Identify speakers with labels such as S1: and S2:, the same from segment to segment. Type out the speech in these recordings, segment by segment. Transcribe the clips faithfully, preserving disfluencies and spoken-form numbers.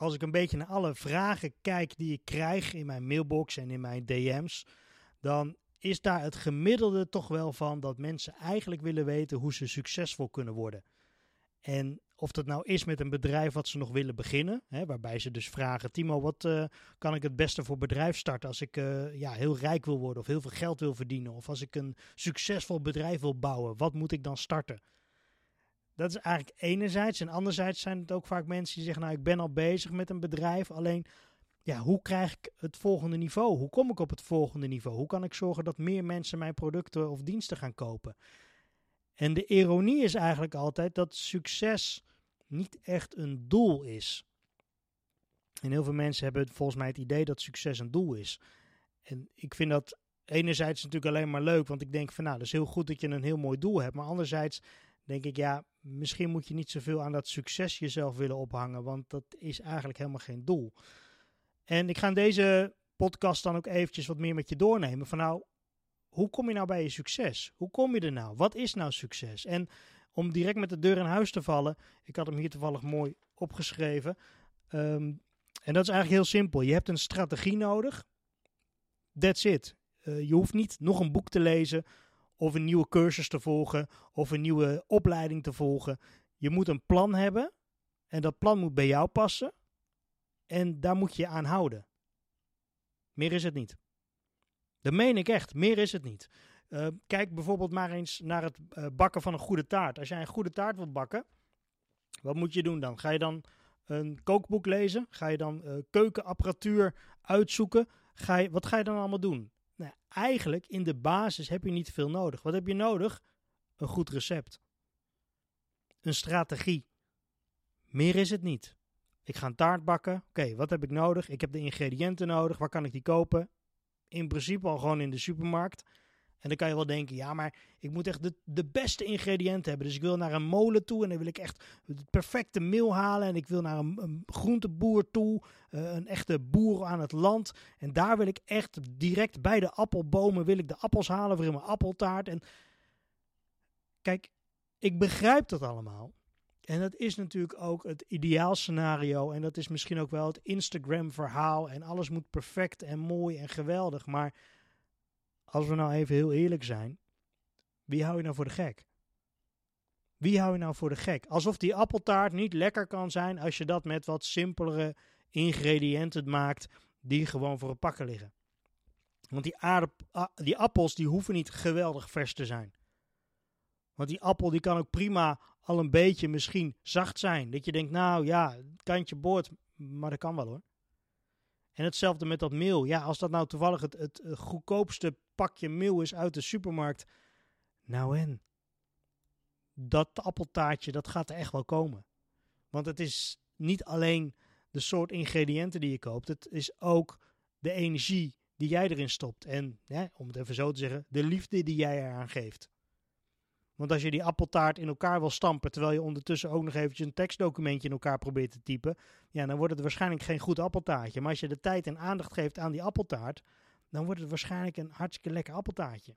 S1: als ik een beetje naar alle vragen kijk die ik krijg in mijn mailbox en in mijn D M's, dan is daar het gemiddelde toch wel van dat mensen eigenlijk willen weten hoe ze succesvol kunnen worden. En of dat nou is met een bedrijf wat ze nog willen beginnen, hè, waarbij ze dus vragen, Timo, wat uh, kan ik het beste voor bedrijf starten als ik uh, ja, heel rijk wil worden of heel veel geld wil verdienen, of als ik een succesvol bedrijf wil bouwen, wat moet ik dan starten? Dat is eigenlijk enerzijds. En anderzijds zijn het ook vaak mensen die zeggen, nou, ik ben al bezig met een bedrijf, alleen ja, hoe krijg ik het volgende niveau? Hoe kom ik op het volgende niveau? Hoe kan ik zorgen dat meer mensen mijn producten of diensten gaan kopen? En de ironie is eigenlijk altijd dat succes niet echt een doel is. En heel veel mensen hebben volgens mij het idee dat succes een doel is. En ik vind dat enerzijds natuurlijk alleen maar leuk, want ik denk van nou, dat is heel goed dat je een heel mooi doel hebt. Maar anderzijds denk ik, ja, misschien moet je niet zoveel aan dat succes jezelf willen ophangen, want dat is eigenlijk helemaal geen doel. En ik ga in deze podcast dan ook eventjes wat meer met je doornemen van nou, hoe kom je nou bij je succes? Hoe kom je er nou? Wat is nou succes? En om direct met de deur in huis te vallen, ik had hem hier toevallig mooi opgeschreven. Um, en dat is eigenlijk heel simpel. Je hebt een strategie nodig. That's it. Uh, je hoeft niet nog een boek te lezen of een nieuwe cursus te volgen of een nieuwe opleiding te volgen. Je moet een plan hebben en dat plan moet bij jou passen en daar moet je je aan houden. Meer is het niet. Dat meen ik echt. Meer is het niet. Uh, kijk bijvoorbeeld maar eens naar het uh, bakken van een goede taart. Als jij een goede taart wilt bakken, wat moet je doen dan? Ga je dan een kookboek lezen? Ga je dan uh, keukenapparatuur uitzoeken? Ga je, wat ga je dan allemaal doen? Nou, eigenlijk in de basis heb je niet veel nodig. Wat heb je nodig? Een goed recept. Een strategie. Meer is het niet. Ik ga een taart bakken. Oké, okay, wat heb ik nodig? Ik heb de ingrediënten nodig. Waar kan ik die kopen? In principe al gewoon in de supermarkt. En dan kan je wel denken, ja, maar ik moet echt de, de beste ingrediënten hebben. Dus ik wil naar een molen toe en dan wil ik echt het perfecte meel halen. En ik wil naar een, een groenteboer toe, uh, een echte boer aan het land. En daar wil ik echt direct bij de appelbomen wil ik de appels halen voor in mijn appeltaart. En kijk, ik begrijp dat allemaal. En dat is natuurlijk ook het ideaalscenario. En dat is misschien ook wel het Instagram-verhaal. En alles moet perfect en mooi en geweldig. Maar als we nou even heel eerlijk zijn, wie hou je nou voor de gek? Wie hou je nou voor de gek? Alsof die appeltaart niet lekker kan zijn als je dat met wat simpelere ingrediënten maakt die gewoon voor het pakken liggen. Want die, aardep- die appels die hoeven niet geweldig vers te zijn. Want die appel die kan ook prima al een beetje misschien zacht zijn. Dat je denkt, nou ja, kantje boord, maar dat kan wel hoor. En hetzelfde met dat meel. Ja, als dat nou toevallig het, het goedkoopste pakje meel is uit de supermarkt. Nou en, dat appeltaartje, dat gaat er echt wel komen. Want het is niet alleen de soort ingrediënten die je koopt. Het is ook de energie die jij erin stopt. En, ja, om het even zo te zeggen, de liefde die jij eraan geeft. Want als je die appeltaart in elkaar wil stampen, terwijl je ondertussen ook nog eventjes een tekstdocumentje in elkaar probeert te typen, ja, dan wordt het waarschijnlijk geen goed appeltaartje. Maar als je de tijd en aandacht geeft aan die appeltaart, dan wordt het waarschijnlijk een hartstikke lekker appeltaartje.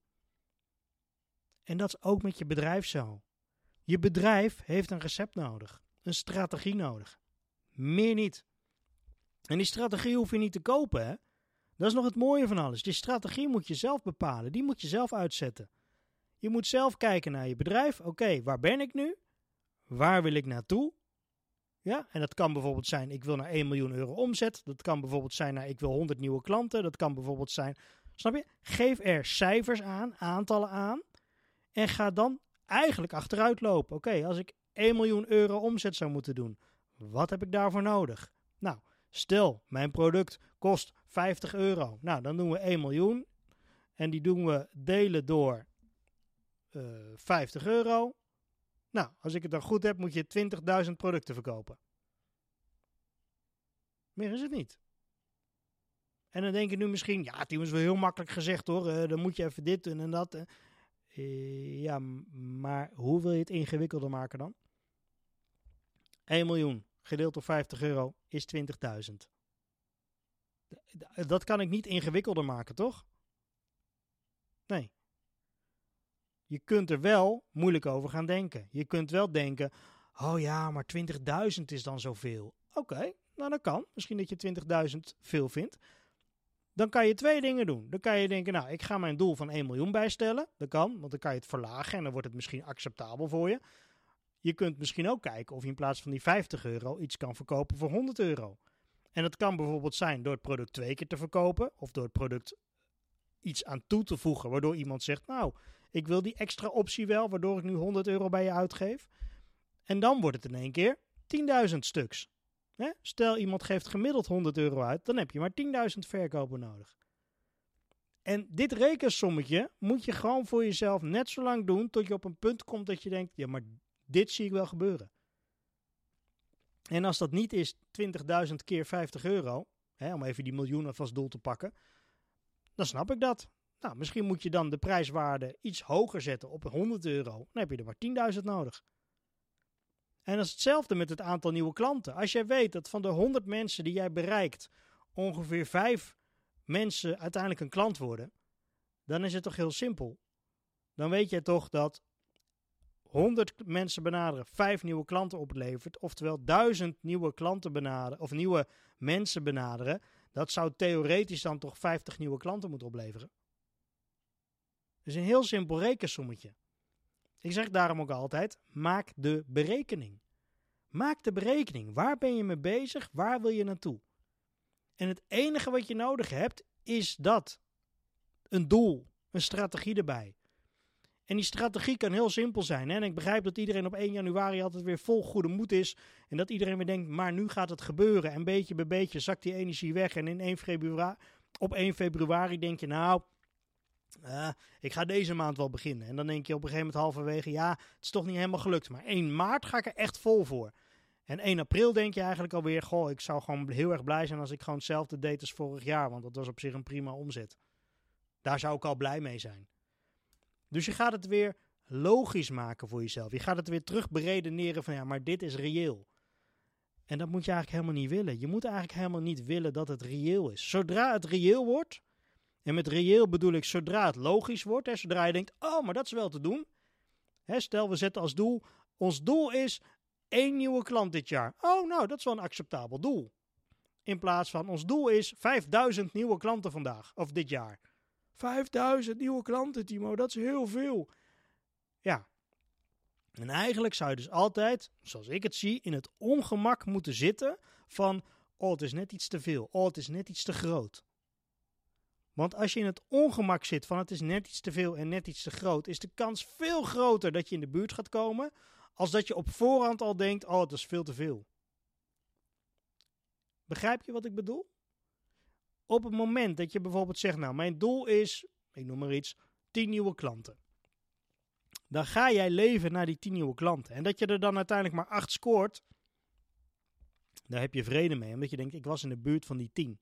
S1: En dat is ook met je bedrijf zo. Je bedrijf heeft een recept nodig, een strategie nodig. Meer niet. En die strategie hoef je niet te kopen, hè. Dat is nog het mooie van alles. Die strategie moet je zelf bepalen, die moet je zelf uitzetten. Je moet zelf kijken naar je bedrijf. Oké, okay, waar ben ik nu? Waar wil ik naartoe? Ja, en dat kan bijvoorbeeld zijn, ik wil naar één miljoen euro omzet. Dat kan bijvoorbeeld zijn, nou, ik wil honderd nieuwe klanten. Dat kan bijvoorbeeld zijn, snap je? Geef er cijfers aan, aantallen aan. En ga dan eigenlijk achteruit lopen. Oké, okay, als ik één miljoen euro omzet zou moeten doen, wat heb ik daarvoor nodig? Nou, stel, mijn product kost vijftig euro. Nou, dan doen we één miljoen. En die doen we delen door Uh, vijftig euro. Nou, als ik het dan goed heb, moet je twintigduizend producten verkopen. Meer is het niet. En dan denk je nu misschien, ja, het is wel heel makkelijk gezegd hoor, uh, dan moet je even dit doen en dat. Uh, ja, maar hoe wil je het ingewikkelder maken dan? één miljoen gedeeld door vijftig euro is twintigduizend. Dat kan ik niet ingewikkelder maken, toch? Nee. Je kunt er wel moeilijk over gaan denken. Je kunt wel denken, oh ja, maar twintigduizend is dan zoveel. Oké, okay, Nou, dat kan. Misschien dat je twintigduizend veel vindt. Dan kan je twee dingen doen. Dan kan je denken, nou, ik ga mijn doel van één miljoen bijstellen. Dat kan, want dan kan je het verlagen en dan wordt het misschien acceptabel voor je. Je kunt misschien ook kijken of je in plaats van die vijftig euro iets kan verkopen voor honderd euro. En dat kan bijvoorbeeld zijn door het product twee keer te verkopen of door het product iets aan toe te voegen, waardoor iemand zegt, nou, ik wil die extra optie wel, waardoor ik nu honderd euro bij je uitgeef. En dan wordt het in één keer tienduizend stuks. Hè? Stel, iemand geeft gemiddeld honderd euro uit, dan heb je maar tienduizend verkopen nodig. En dit rekensommetje moet je gewoon voor jezelf net zo lang doen, tot je op een punt komt dat je denkt, ja, maar dit zie ik wel gebeuren. En als dat niet is twintigduizend keer vijftig euro, hè, om even die miljoen als doel te pakken, dan snap ik dat. Nou, misschien moet je dan de prijswaarde iets hoger zetten op honderd euro. Dan heb je er maar tienduizend nodig. En dat is hetzelfde met het aantal nieuwe klanten. Als jij weet dat van de honderd mensen die jij bereikt, ongeveer vijf mensen uiteindelijk een klant worden, dan is het toch heel simpel. Dan weet jij toch dat honderd mensen benaderen vijf nieuwe klanten oplevert, oftewel duizend nieuwe klanten benaderen, of nieuwe mensen benaderen, dat zou theoretisch dan toch vijftig nieuwe klanten moeten opleveren. Dus een heel simpel rekensommetje. Ik zeg daarom ook altijd, maak de berekening. Maak de berekening. Waar ben je mee bezig? Waar wil je naartoe? En het enige wat je nodig hebt, is dat. Een doel, een strategie erbij. En die strategie kan heel simpel zijn. Hè? En ik begrijp dat iedereen op één januari altijd weer vol goede moed is. En dat iedereen weer denkt, maar nu gaat het gebeuren. En beetje bij beetje zakt die energie weg. En in één februari, op één februari denk je, nou, uh, ik ga deze maand wel beginnen. En dan denk je op een gegeven moment halverwege, ja, het is toch niet helemaal gelukt. Maar één maart ga ik er echt vol voor. En één april denk je eigenlijk alweer, goh, ik zou gewoon heel erg blij zijn als ik gewoon hetzelfde deed als vorig jaar. Want dat was op zich een prima omzet. Daar zou ik al blij mee zijn. Dus je gaat het weer logisch maken voor jezelf. Je gaat het weer terug beredeneren van, ja, maar dit is reëel. En dat moet je eigenlijk helemaal niet willen. Je moet eigenlijk helemaal niet willen dat het reëel is. Zodra het reëel wordt, en met reëel bedoel ik zodra het logisch wordt, hè, zodra je denkt, oh, maar dat is wel te doen. Hè, stel, we zetten als doel, ons doel is één nieuwe klant dit jaar. Oh, nou, dat is wel een acceptabel doel. In plaats van, ons doel is vijfduizend nieuwe klanten vandaag, of dit jaar. vijfduizend nieuwe klanten, Timo, dat is heel veel. Ja. En eigenlijk zou je dus altijd, zoals ik het zie, in het ongemak moeten zitten van, oh, het is net iets te veel. Oh, het is net iets te groot. Want als je in het ongemak zit van het is net iets te veel en net iets te groot, is de kans veel groter dat je in de buurt gaat komen, als dat je op voorhand al denkt, oh, het is veel te veel. Begrijp je wat ik bedoel? Op het moment dat je bijvoorbeeld zegt, nou, mijn doel is, ik noem maar iets, tien nieuwe klanten. Dan ga jij leven naar die tien nieuwe klanten. En dat je er dan uiteindelijk maar acht scoort, daar heb je vrede mee, omdat je denkt, ik was in de buurt van die tien.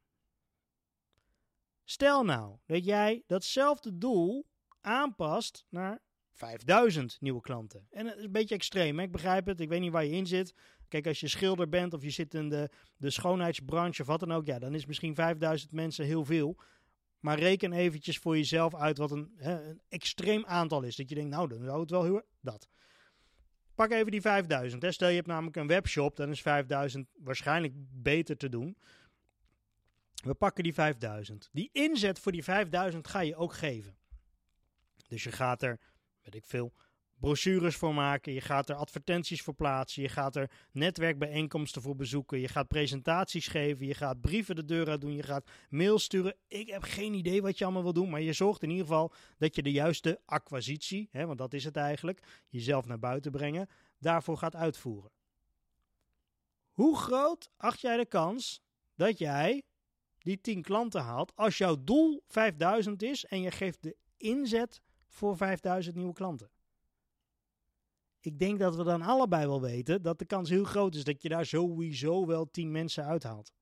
S1: Stel nou dat jij datzelfde doel aanpast naar vijfduizend nieuwe klanten. En dat is een beetje extreem, hè? Ik begrijp het, ik weet niet waar je in zit. Kijk, als je schilder bent of je zit in de, de schoonheidsbranche of wat dan ook, ja, dan is misschien vijfduizend mensen heel veel. Maar reken eventjes voor jezelf uit wat een, hè, een extreem aantal is. Dat je denkt, nou, dan zou het wel heel... Dat. Pak even die vijfduizend. Hè. Stel, je hebt namelijk een webshop, dan is vijfduizend waarschijnlijk beter te doen. We pakken die vijfduizend. Die inzet voor die vijfduizend ga je ook geven. Dus je gaat er, weet ik veel, brochures voor maken. Je gaat er advertenties voor plaatsen. Je gaat er netwerkbijeenkomsten voor bezoeken. Je gaat presentaties geven. Je gaat brieven de deur uit doen. Je gaat mails sturen. Ik heb geen idee wat je allemaal wil doen. Maar je zorgt in ieder geval dat je de juiste acquisitie, hè, want dat is het eigenlijk, jezelf naar buiten brengen, daarvoor gaat uitvoeren. Hoe groot acht jij de kans dat jij die tien klanten haalt als jouw doel vijfduizend is en je geeft de inzet voor vijfduizend nieuwe klanten? Ik denk dat we dan allebei wel weten dat de kans heel groot is dat je daar sowieso wel tien mensen uithaalt.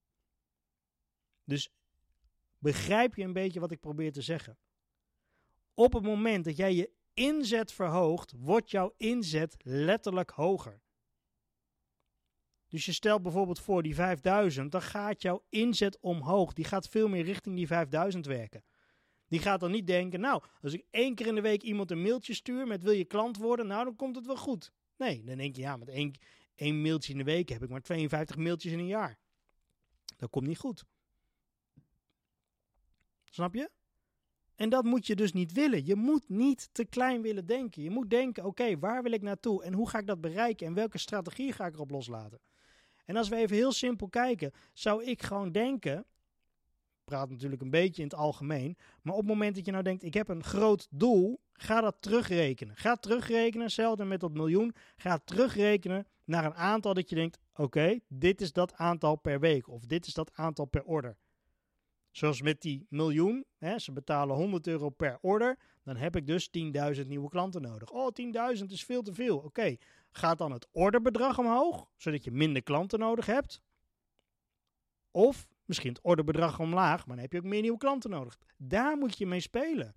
S1: Dus begrijp je een beetje wat ik probeer te zeggen? Op het moment dat jij je inzet verhoogt, wordt jouw inzet letterlijk hoger. Dus je stelt bijvoorbeeld voor die vijfduizend, dan gaat jouw inzet omhoog. Die gaat veel meer richting die vijfduizend werken. Die gaat dan niet denken, nou, als ik één keer in de week iemand een mailtje stuur met wil je klant worden, nou, dan komt het wel goed. Nee, dan denk je, ja, met één, één mailtje in de week heb ik maar tweeënvijftig mailtjes in een jaar. Dat komt niet goed. Snap je? En dat moet je dus niet willen. Je moet niet te klein willen denken. Je moet denken, oké, okay, waar wil ik naartoe? En hoe ga ik dat bereiken? En welke strategie ga ik erop loslaten? En als we even heel simpel kijken, zou ik gewoon denken, ik praat natuurlijk een beetje in het algemeen, maar op het moment dat je nou denkt, ik heb een groot doel, ga dat terugrekenen. Ga terugrekenen, hetzelfde met dat miljoen, ga terugrekenen naar een aantal dat je denkt, oké, okay, dit is dat aantal per week of dit is dat aantal per order. Zoals met die miljoen, hè, ze betalen honderd euro per order, dan heb ik dus tienduizend nieuwe klanten nodig. Oh, tienduizend is veel te veel. Oké, okay. Gaat dan het orderbedrag omhoog, zodat je minder klanten nodig hebt? Of misschien het orderbedrag omlaag, maar dan heb je ook meer nieuwe klanten nodig. Daar moet je mee spelen.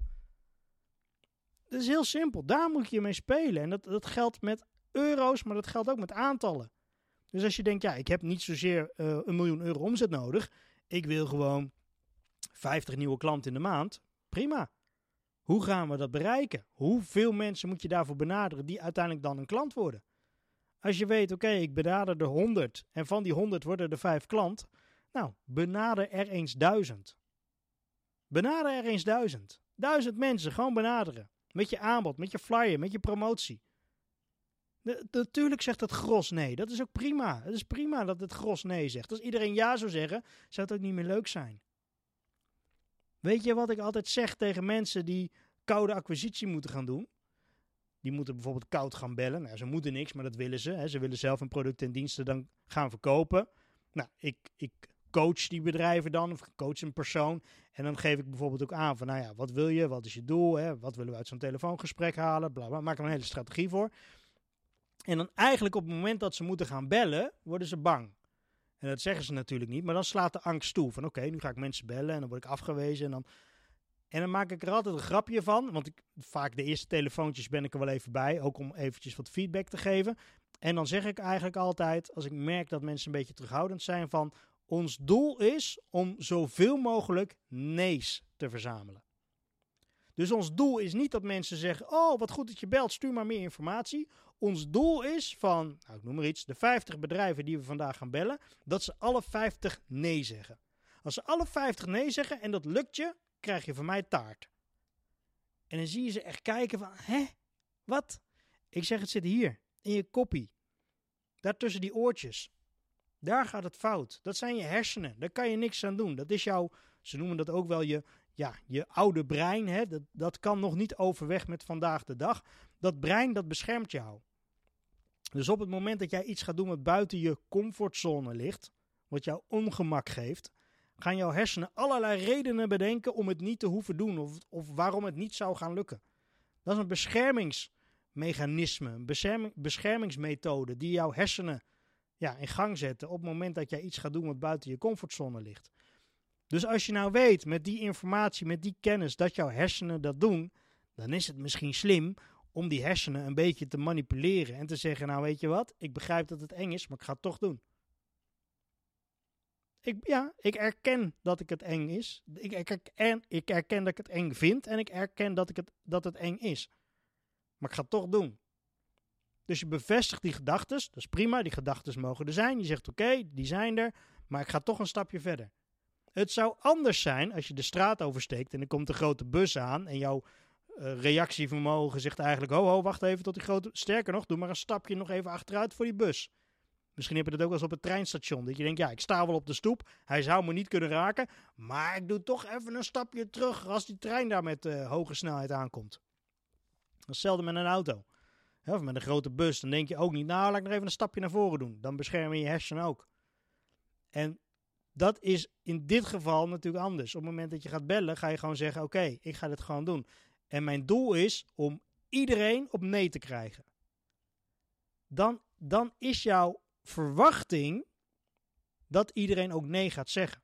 S1: Dat is heel simpel, daar moet je mee spelen. En dat, dat geldt met euro's, maar dat geldt ook met aantallen. Dus als je denkt, ja, ik heb niet zozeer uh, een miljoen euro omzet nodig, ik wil gewoon vijftig nieuwe klanten in de maand, prima. Hoe gaan we dat bereiken? Hoeveel mensen moet je daarvoor benaderen die uiteindelijk dan een klant worden? Als je weet, oké, okay, ik benader er honderd en van die honderd worden er vijf klant. Nou, benader er eens duizend. Benader er eens duizend. Duizend mensen, gewoon benaderen. Met je aanbod, met je flyer, met je promotie. De, natuurlijk zegt het gros nee. Dat is ook prima. Het is prima dat het gros nee zegt. Als iedereen ja zou zeggen, zou het ook niet meer leuk zijn. Weet je wat ik altijd zeg tegen mensen die koude acquisitie moeten gaan doen? Die moeten bijvoorbeeld koud gaan bellen. Nou, ze moeten niks, maar dat willen ze. Hè. Ze willen zelf hun producten en diensten dan gaan verkopen. Nou, ik, ik coach die bedrijven dan, of coach een persoon. En dan geef ik bijvoorbeeld ook aan van, nou ja, wat wil je? Wat is je doel? Hè? Wat willen we uit zo'n telefoongesprek halen? Bla bla. Maak er een hele strategie voor. En dan eigenlijk op het moment dat ze moeten gaan bellen, worden ze bang. En dat zeggen ze natuurlijk niet, maar dan slaat de angst toe. Van oké, okay, nu ga ik mensen bellen en dan word ik afgewezen. En dan, en dan maak ik er altijd een grapje van. Want ik, vaak de eerste telefoontjes ben ik er wel even bij. Ook om eventjes wat feedback te geven. En dan zeg ik eigenlijk altijd, als ik merk dat mensen een beetje terughoudend zijn, van ons doel is om zoveel mogelijk nee's te verzamelen. Dus ons doel is niet dat mensen zeggen, oh wat goed dat je belt, stuur maar meer informatie. Ons doel is van, nou ik noem maar iets, de vijftig bedrijven die we vandaag gaan bellen, dat ze alle vijftig nee zeggen. Als ze alle vijftig nee zeggen en dat lukt je, krijg je van mij taart. En dan zie je ze echt kijken van, hè, wat? Ik zeg, het zit hier, in je koppie. Daar tussen die oortjes. Daar gaat het fout. Dat zijn je hersenen, daar kan je niks aan doen. Dat is jouw, ze noemen dat ook wel je, ja, je oude brein. Hè? Dat, dat kan nog niet overweg met vandaag de dag. Dat brein, dat beschermt jou. Dus op het moment dat jij iets gaat doen wat buiten je comfortzone ligt, wat jou ongemak geeft, gaan jouw hersenen allerlei redenen bedenken om het niet te hoeven doen of, of waarom het niet zou gaan lukken. Dat is een beschermingsmechanisme, een bescherming, beschermingsmethode die jouw hersenen ja, in gang zetten op het moment dat jij iets gaat doen wat buiten je comfortzone ligt. Dus als je nou weet met die informatie, met die kennis dat jouw hersenen dat doen, dan is het misschien slim om die hersenen een beetje te manipuleren en te zeggen, nou weet je wat, ik begrijp dat het eng is, maar ik ga het toch doen. Ik, ja, ik erken dat ik het eng is. Ik, ik, erken, ik erken dat ik het eng vind en ik erken dat, ik het, dat het eng is. Maar ik ga het toch doen. Dus je bevestigt die gedachten, dat is prima, die gedachten mogen er zijn. Je zegt oké, okay, die zijn er, maar ik ga toch een stapje verder. Het zou anders zijn als je de straat oversteekt en er komt een grote bus aan en jouw uh, reactievermogen zegt eigenlijk, ho ho, wacht even tot die grote, sterker nog, doe maar een stapje nog even achteruit voor die bus. Misschien heb je dat ook wel eens op het treinstation, dat je denkt, ja, ik sta wel op de stoep, hij zou me niet kunnen raken, maar ik doe toch even een stapje terug als die trein daar met uh, hoge snelheid aankomt. Dat is hetzelfde met een auto. Of met een grote bus, dan denk je ook niet, nou, laat ik nog even een stapje naar voren doen. Dan beschermen je hersenen ook. En dat is in dit geval natuurlijk anders. Op het moment dat je gaat bellen, ga je gewoon zeggen, oké, okay, ik ga dit gewoon doen. En mijn doel is om iedereen op nee te krijgen. Dan, dan is jouw verwachting dat iedereen ook nee gaat zeggen.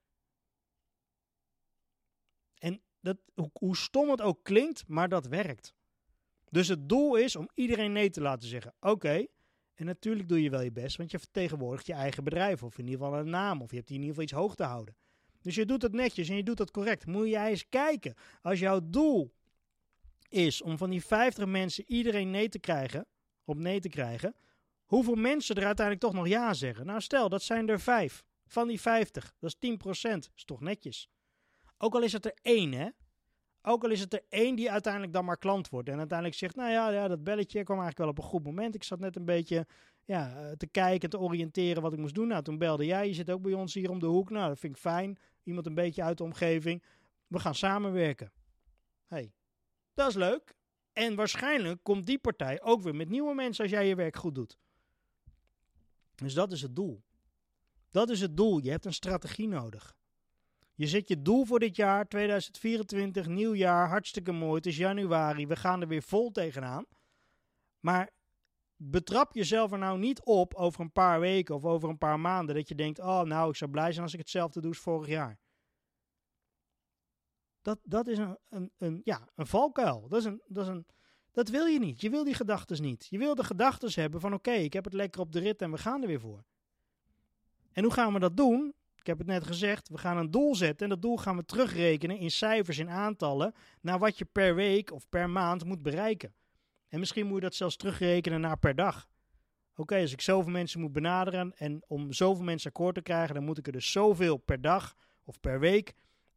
S1: En dat, hoe, hoe stom het ook klinkt, maar dat werkt. Dus het doel is om iedereen nee te laten zeggen. Oké, okay, en natuurlijk doe je wel je best, want je vertegenwoordigt je eigen bedrijf. Of in ieder geval een naam, of je hebt in ieder geval iets hoog te houden. Dus je doet het netjes en je doet dat correct. Moet jij eens kijken. Als jouw doel is om van die vijftig mensen iedereen nee te krijgen, op nee te krijgen, hoeveel mensen er uiteindelijk toch nog ja zeggen? Nou stel, dat zijn er vijf. van die vijftig. Dat is tien procent. Dat is toch netjes. Ook al is het er één, hè. Ook al is het er één die uiteindelijk dan maar klant wordt. En uiteindelijk zegt, nou ja, ja dat belletje kwam eigenlijk wel op een goed moment. Ik zat net een beetje ja, te kijken, te oriënteren wat ik moest doen. Nou, toen belde jij. Je zit ook bij ons hier om de hoek. Nou, dat vind ik fijn. Iemand een beetje uit de omgeving. We gaan samenwerken. Hey, dat is leuk. En waarschijnlijk komt die partij ook weer met nieuwe mensen als jij je werk goed doet. Dus dat is het doel. Dat is het doel. Je hebt een strategie nodig. Je zet je doel voor dit jaar, tweeduizend vierentwintig, nieuw jaar, hartstikke mooi. Het is januari, we gaan er weer vol tegenaan. Maar betrap jezelf er nou niet op over een paar weken of over een paar maanden. Dat je denkt, oh nou, ik zou blij zijn als ik hetzelfde doe als vorig jaar. Dat, dat is een, een, een, ja, een valkuil. Dat, is een, dat, is een, dat wil je niet. Je wil die gedachten niet. Je wil de gedachten hebben van oké, okay, ik heb het lekker op de rit en we gaan er weer voor. En hoe gaan we dat doen? Ik heb het net gezegd, we gaan een doel zetten en dat doel gaan we terugrekenen in cijfers, in aantallen, naar wat je per week of per maand moet bereiken. En misschien moet je dat zelfs terugrekenen naar per dag. Oké, okay, als ik zoveel mensen moet benaderen en om zoveel mensen akkoord te krijgen, dan moet ik er dus zoveel per dag of per week.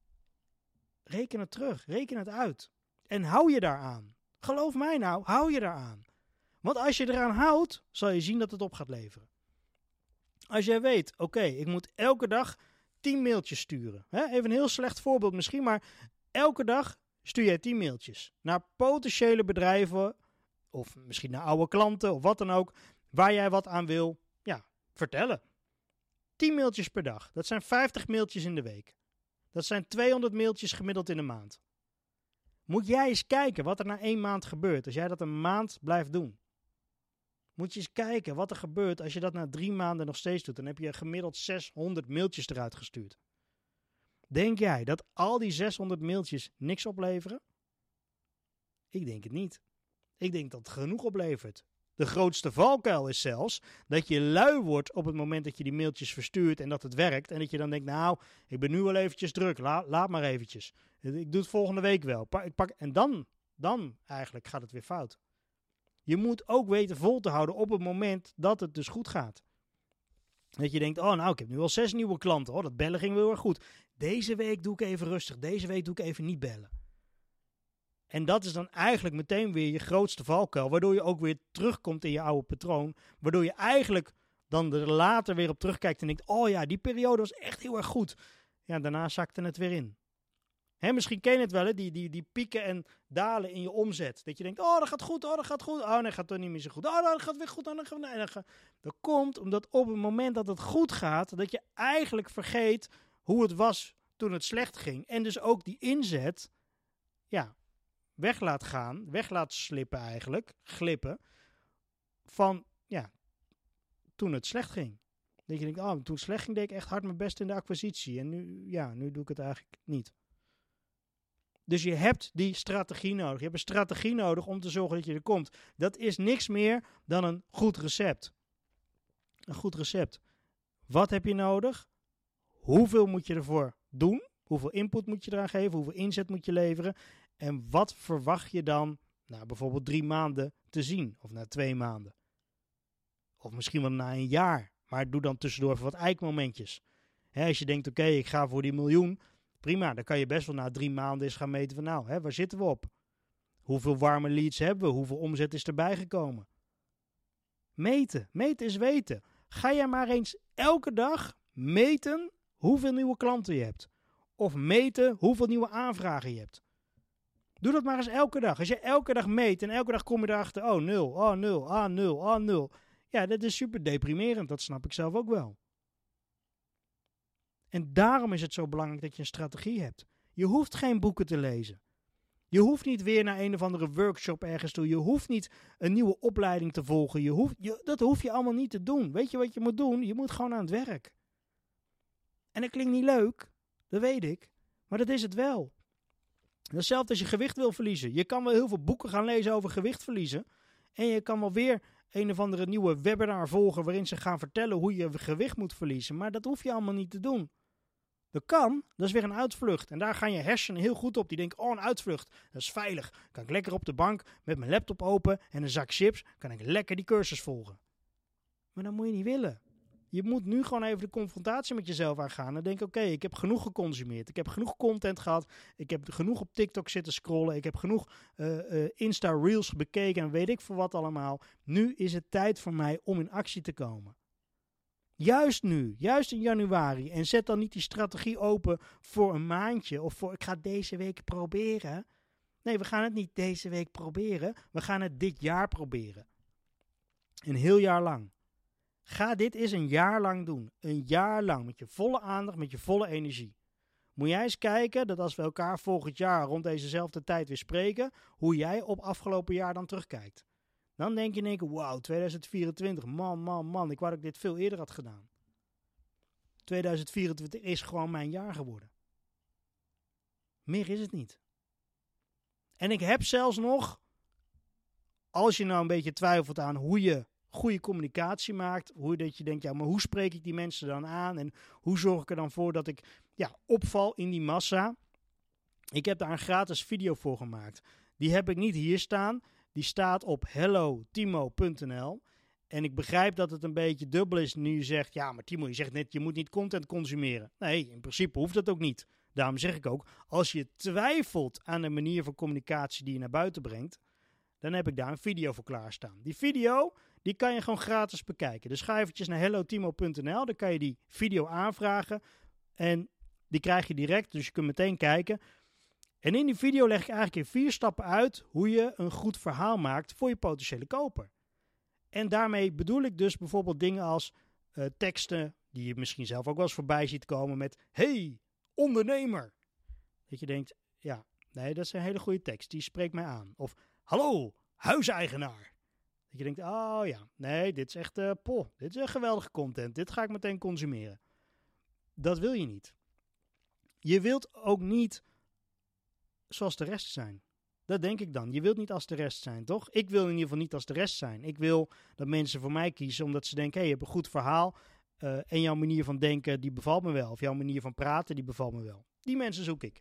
S1: Reken het terug, reken het uit. En hou je daaraan. Geloof mij nou, hou je daaraan. Want als je eraan houdt, zal je zien dat het op gaat leveren. Als jij weet, oké, okay, ik moet elke dag tien mailtjes sturen. Hè? Even een heel slecht voorbeeld misschien, maar elke dag stuur jij tien mailtjes naar potentiële bedrijven of misschien naar oude klanten of wat dan ook, waar jij wat aan wil ja, vertellen. tien mailtjes per dag. Dat zijn vijftig mailtjes in de week. Dat zijn tweehonderd mailtjes gemiddeld in de maand. Moet jij eens kijken wat er na één maand gebeurt als jij dat een maand blijft doen. Moet je eens kijken wat er gebeurt als je dat na drie maanden nog steeds doet. Dan heb je gemiddeld zeshonderd mailtjes eruit gestuurd. Denk jij dat al die zeshonderd mailtjes niks opleveren? Ik denk het niet. Ik denk dat het genoeg oplevert. De grootste valkuil is zelfs dat je lui wordt op het moment dat je die mailtjes verstuurt en dat het werkt. En dat je dan denkt, nou, ik ben nu wel eventjes druk, La, laat maar eventjes. Ik doe het volgende week wel. Ik pak, en dan, dan eigenlijk gaat het weer fout. Je moet ook weten vol te houden op het moment dat het dus goed gaat. Dat je denkt, oh nou, ik heb nu al zes nieuwe klanten. Oh, dat bellen ging wel heel erg goed. Deze week doe ik even rustig. Deze week doe ik even niet bellen. En dat is dan eigenlijk meteen weer je grootste valkuil. Waardoor je ook weer terugkomt in je oude patroon. Waardoor je eigenlijk dan er later weer op terugkijkt en denkt, oh ja, die periode was echt heel erg goed. Ja, daarna zakte het weer in. Hè, misschien ken je het wel, hè? Die, die, die pieken en dalen in je omzet. Dat je denkt, oh, dat gaat goed, oh, dat gaat goed. Oh, nee, gaat toch niet meer zo goed. Oh, dat gaat weer goed. Oh, dat gaat... nee, dat, gaat... dat komt omdat op het moment dat het goed gaat, dat je eigenlijk vergeet hoe het was toen het slecht ging. En dus ook die inzet, ja, weg laat gaan, weg laat slippen eigenlijk, glippen, van, ja, toen het slecht ging. Dat je denkt, oh, toen het slecht ging, deed ik echt hard mijn best in de acquisitie. En nu, ja, nu doe ik het eigenlijk niet. Dus je hebt die strategie nodig. Je hebt een strategie nodig om te zorgen dat je er komt. Dat is niks meer dan een goed recept. Een goed recept. Wat heb je nodig? Hoeveel moet je ervoor doen? Hoeveel input moet je eraan geven? Hoeveel inzet moet je leveren? En wat verwacht je dan, nou, bijvoorbeeld drie maanden te zien? Of na twee maanden? Of misschien wel na een jaar. Maar doe dan tussendoor even wat eikmomentjes. Hè, als je denkt, oké, okay, ik ga voor die miljoen. Prima, dan kan je best wel na drie maanden eens gaan meten van nou, hè, waar zitten we op? Hoeveel warme leads hebben we? Hoeveel omzet is erbij gekomen? Meten, meten is weten. Ga jij maar eens elke dag meten hoeveel nieuwe klanten je hebt. Of meten hoeveel nieuwe aanvragen je hebt. Doe dat maar eens elke dag. Als je elke dag meet en elke dag kom je erachter, oh nul, oh nul, ah nul, ah nul. Ja, dat is super deprimerend, dat snap ik zelf ook wel. En daarom is het zo belangrijk dat je een strategie hebt. Je hoeft geen boeken te lezen. Je hoeft niet weer naar een of andere workshop ergens toe. Je hoeft niet een nieuwe opleiding te volgen. Je hoeft, je, dat hoef je allemaal niet te doen. Weet je wat je moet doen? Je moet gewoon aan het werk. En dat klinkt niet leuk, dat weet ik. Maar dat is het wel. Hetzelfde als je gewicht wil verliezen. Je kan wel heel veel boeken gaan lezen over gewicht verliezen. En je kan wel weer een of andere nieuwe webinar volgen waarin ze gaan vertellen hoe je gewicht moet verliezen. Maar dat hoef je allemaal niet te doen. Dat kan, dat is weer een uitvlucht. En daar gaan je hersenen heel goed op. Die denken, oh, een uitvlucht, dat is veilig. Kan ik lekker op de bank met mijn laptop open en een zak chips, kan ik lekker die cursus volgen. Maar dat moet je niet willen. Je moet nu gewoon even de confrontatie met jezelf aangaan. En denken, oké, okay, ik heb genoeg geconsumeerd. Ik heb genoeg content gehad. Ik heb genoeg op TikTok zitten scrollen. Ik heb genoeg uh, uh, Insta Reels bekeken en weet ik voor wat allemaal. Nu is het tijd voor mij om in actie te komen. Juist nu, juist in januari. En zet dan niet die strategie open voor een maandje. Of voor, ik ga deze week proberen. Nee, we gaan het niet deze week proberen. We gaan het dit jaar proberen. Een heel jaar lang. Ga dit eens een jaar lang doen. Een jaar lang. Met je volle aandacht, met je volle energie. Moet jij eens kijken dat als we elkaar volgend jaar rond dezezelfde tijd weer spreken, hoe jij op afgelopen jaar dan terugkijkt. Dan denk je in één keer, wauw, tweeduizend vierentwintig, man, man, man, ik wou dat ik dit veel eerder had gedaan. tweeduizend vierentwintig is gewoon mijn jaar geworden. Meer is het niet. En ik heb zelfs nog, als je nou een beetje twijfelt aan hoe je goede communicatie maakt, hoe dat je denkt, ja, maar hoe spreek ik die mensen dan aan en hoe zorg ik er dan voor dat ik ja, opval in die massa. Ik heb daar een gratis video voor gemaakt. Die heb ik niet hier staan. Die staat op hello timo punt n l. En ik begrijp dat het een beetje dubbel is nu je zegt, ja, maar Timo, je zegt net, je moet niet content consumeren. Nee, in principe hoeft dat ook niet. Daarom zeg ik ook, als je twijfelt aan de manier van communicatie die je naar buiten brengt, dan heb ik daar een video voor klaarstaan. Die video, die kan je gewoon gratis bekijken. Dus ga eventjes naar hello timo punt n l, dan kan je die video aanvragen en die krijg je direct, dus je kunt meteen kijken. En in die video leg ik eigenlijk in vier stappen uit hoe je een goed verhaal maakt voor je potentiële koper. En daarmee bedoel ik dus bijvoorbeeld dingen als uh, teksten die je misschien zelf ook wel eens voorbij ziet komen met hey, ondernemer. Dat je denkt, ja, nee, dat is een hele goede tekst, die spreekt mij aan. Of hallo, huiseigenaar. Dat je denkt, oh ja, nee, dit is echt, uh, poh, dit is een geweldige content. Dit ga ik meteen consumeren. Dat wil je niet. Je wilt ook niet zoals de rest zijn. Dat denk ik dan. Je wilt niet als de rest zijn, toch? Ik wil in ieder geval niet als de rest zijn. Ik wil dat mensen voor mij kiezen omdat ze denken, hé, hey, je hebt een goed verhaal uh, en jouw manier van denken, die bevalt me wel. Of jouw manier van praten, die bevalt me wel. Die mensen zoek ik.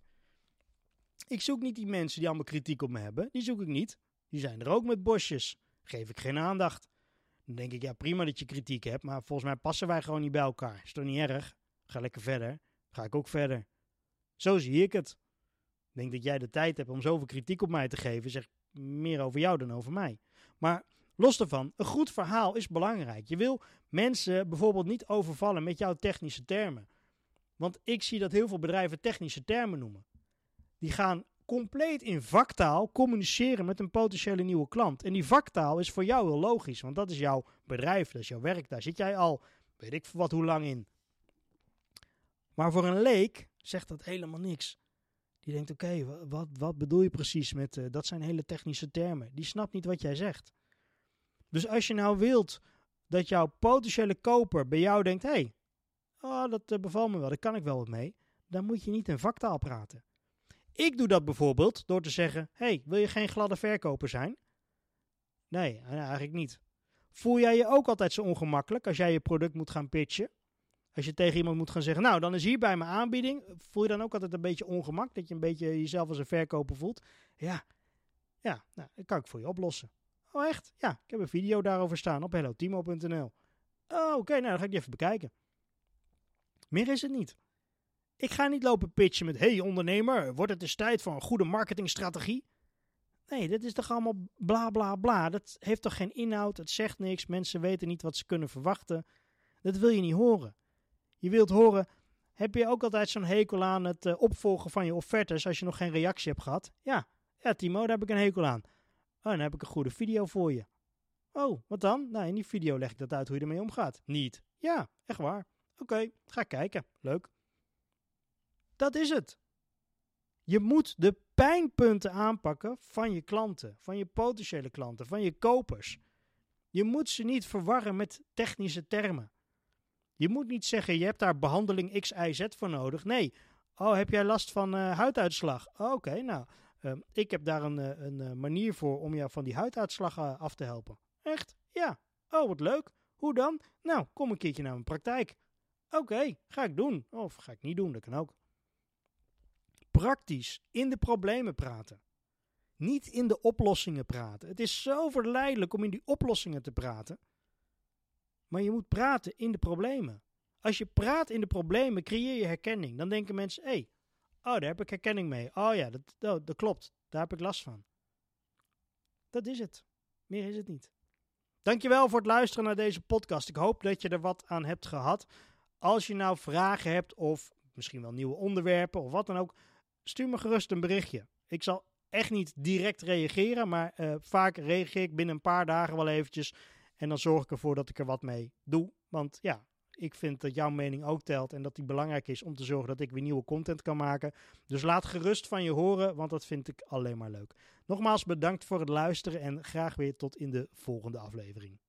S1: Ik zoek niet die mensen die allemaal kritiek op me hebben. Die zoek ik niet. Die zijn er ook met bosjes. Geef ik geen aandacht. Dan denk ik, ja, prima dat je kritiek hebt, maar volgens mij passen wij gewoon niet bij elkaar. Is toch niet erg? Ga lekker verder. Ga ik ook verder. Zo zie ik het. Ik denk dat jij de tijd hebt om zoveel kritiek op mij te geven. Zeg meer over jou dan over mij. Maar los daarvan, een goed verhaal is belangrijk. Je wil mensen bijvoorbeeld niet overvallen met jouw technische termen. Want ik zie dat heel veel bedrijven technische termen noemen. Die gaan compleet in vaktaal communiceren met een potentiële nieuwe klant. En die vaktaal is voor jou heel logisch. Want dat is jouw bedrijf, dat is jouw werk. Daar zit jij al, weet ik wat, hoe lang in. Maar voor een leek zegt dat helemaal niks. Die denkt, oké, okay, wat, wat bedoel je precies met, uh, dat zijn hele technische termen. Die snapt niet wat jij zegt. Dus als je nou wilt dat jouw potentiële koper bij jou denkt, hé, hey, oh, dat uh, bevalt me wel, daar kan ik wel wat mee. Dan moet je niet in vaktaal praten. Ik doe dat bijvoorbeeld door te zeggen, hé, hey, wil je geen gladde verkoper zijn? Nee, eigenlijk niet. Voel jij je ook altijd zo ongemakkelijk als jij je product moet gaan pitchen? Als je tegen iemand moet gaan zeggen, nou, dan is hier bij mijn aanbieding. Voel je dan ook altijd een beetje ongemak? Dat je een beetje jezelf als een verkoper voelt? Ja, ja, nou, dat kan ik voor je oplossen. Oh, echt? Ja, ik heb een video daarover staan op hello timo punt n l. Oh, oké, okay, nou, dan ga ik die even bekijken. Meer is het niet. Ik ga niet lopen pitchen met, hey ondernemer, wordt het eens tijd voor een goede marketingstrategie? Nee, dit is toch allemaal bla bla bla. Dat heeft toch geen inhoud, het zegt niks. Mensen weten niet wat ze kunnen verwachten. Dat wil je niet horen. Je wilt horen, heb je ook altijd zo'n hekel aan het uh, opvolgen van je offertes als je nog geen reactie hebt gehad? Ja, ja Timo, daar heb ik een hekel aan. Oh, dan heb ik een goede video voor je. Oh, wat dan? Nou, in die video leg ik dat uit hoe je ermee omgaat. Niet. Ja, echt waar. Oké, okay, ga kijken. Leuk. Dat is het. Je moet de pijnpunten aanpakken van je klanten, van je potentiële klanten, van je kopers. Je moet ze niet verwarren met technische termen. Je moet niet zeggen, je hebt daar behandeling X, Y, Z voor nodig. Nee. Oh, heb jij last van uh, huiduitslag? Oh, oké, okay, nou, uh, ik heb daar een, uh, een uh, manier voor om jou van die huiduitslag uh, af te helpen. Echt? Ja. Oh, wat leuk. Hoe dan? Nou, kom een keertje naar mijn praktijk. Oké, okay, ga ik doen. Of ga ik niet doen, dat kan ook. Praktisch in de problemen praten. Niet in de oplossingen praten. Het is zo verleidelijk om in die oplossingen te praten. Maar je moet praten in de problemen. Als je praat in de problemen, creëer je herkenning. Dan denken mensen, hé, hey, oh, daar heb ik herkenning mee. Oh ja, dat, oh, dat klopt. Daar heb ik last van. Dat is het. Meer is het niet. Dankjewel voor het luisteren naar deze podcast. Ik hoop dat je er wat aan hebt gehad. Als je nou vragen hebt of misschien wel nieuwe onderwerpen of wat dan ook, stuur me gerust een berichtje. Ik zal echt niet direct reageren, maar uh, vaak reageer ik binnen een paar dagen wel eventjes. En dan zorg ik ervoor dat ik er wat mee doe. Want ja, ik vind dat jouw mening ook telt en dat die belangrijk is om te zorgen dat ik weer nieuwe content kan maken. Dus laat gerust van je horen, want dat vind ik alleen maar leuk. Nogmaals bedankt voor het luisteren en graag weer tot in de volgende aflevering.